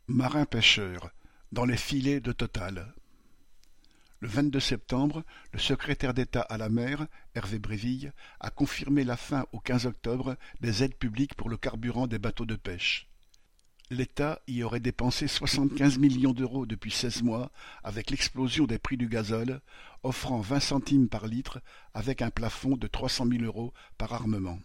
Marins-pêcheurs, dans les filets de Total. Le 22 septembre, le secrétaire d'État à la mer, Hervé Bréville, a confirmé la fin au 15 octobre des aides publiques pour le carburant des bateaux de pêche. L'État y aurait dépensé 75 millions d'euros depuis 16 mois avec l'explosion des prix du gazole, offrant 20 centimes par litre avec un plafond de 300 000 euros par armement.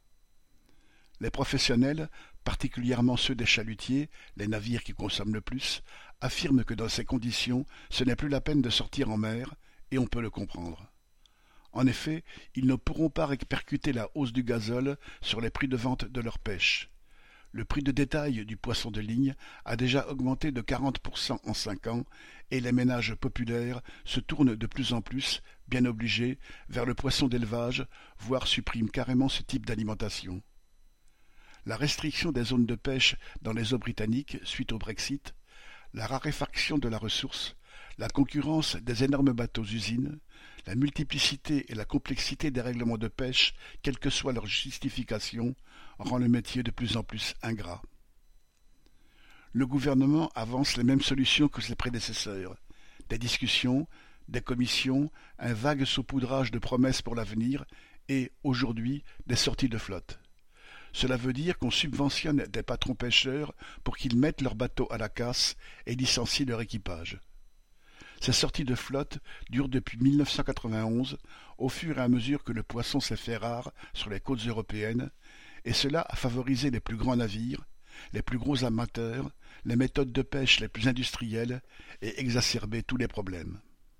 Les professionnels, particulièrement ceux des chalutiers, les navires qui consomment le plus, affirment que dans ces conditions, ce n'est plus la peine de sortir en mer, et on peut le comprendre. En effet, ils ne pourront pas répercuter la hausse du gazole sur les prix de vente de leur pêche. Le prix de détail du poisson de ligne a déjà augmenté de 40% en 5 ans, et les ménages populaires se tournent de plus en plus, bien obligés, vers le poisson d'élevage, voire suppriment carrément ce type d'alimentation. La restriction des zones de pêche dans les eaux britanniques suite au Brexit, la raréfaction de la ressource, la concurrence des énormes bateaux-usines, la multiplicité et la complexité des règlements de pêche, quelle que soit leur justification, rend le métier de plus en plus ingrat. Le gouvernement avance les mêmes solutions que ses prédécesseurs. Des discussions, des commissions, un vague saupoudrage de promesses pour l'avenir et, aujourd'hui, des sorties de flotte. Cela veut dire qu'on subventionne des patrons pêcheurs pour qu'ils mettent leurs bateaux à la casse et licencient leur équipage. Ces sorties de flotte durent depuis 1991, au fur et à mesure que le poisson s'est fait rare sur les côtes européennes, et cela a favorisé les plus grands navires, les plus gros amateurs, les méthodes de pêche les plus industrielles et exacerbé tous les problèmes.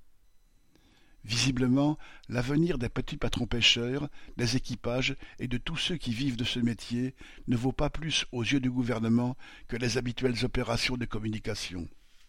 Visiblement, l'avenir des petits patrons pêcheurs, des équipages et de tous ceux qui vivent de ce métier ne vaut pas plus aux yeux du gouvernement que les habituelles opérations de communication.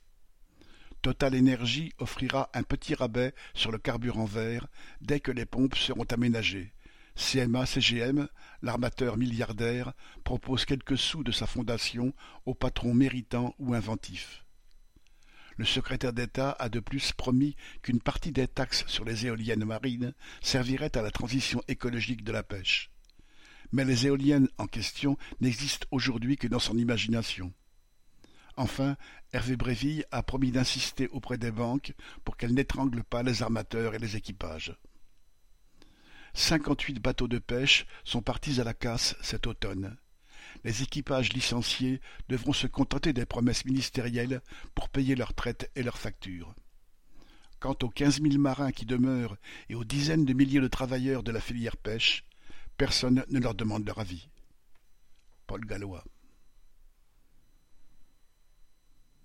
Total Énergie offrira un petit rabais sur le carburant vert dès que les pompes seront aménagées. CMA-CGM, l'armateur milliardaire, propose quelques sous de sa fondation aux patrons méritants ou inventifs. Le secrétaire d'État a de plus promis qu'une partie des taxes sur les éoliennes marines servirait à la transition écologique de la pêche. Mais les éoliennes en question n'existent aujourd'hui que dans son imagination. Enfin, Hervé Bréville a promis d'insister auprès des banques pour qu'elles n'étranglent pas les armateurs et les équipages. 58 bateaux de pêche sont partis à la casse cet automne. Les équipages licenciés devront se contenter des promesses ministérielles pour payer leurs traites et leurs factures. Quant aux 15 000 marins qui demeurent et aux dizaines de milliers de travailleurs de la filière pêche, personne ne leur demande leur avis. Paul Gallois.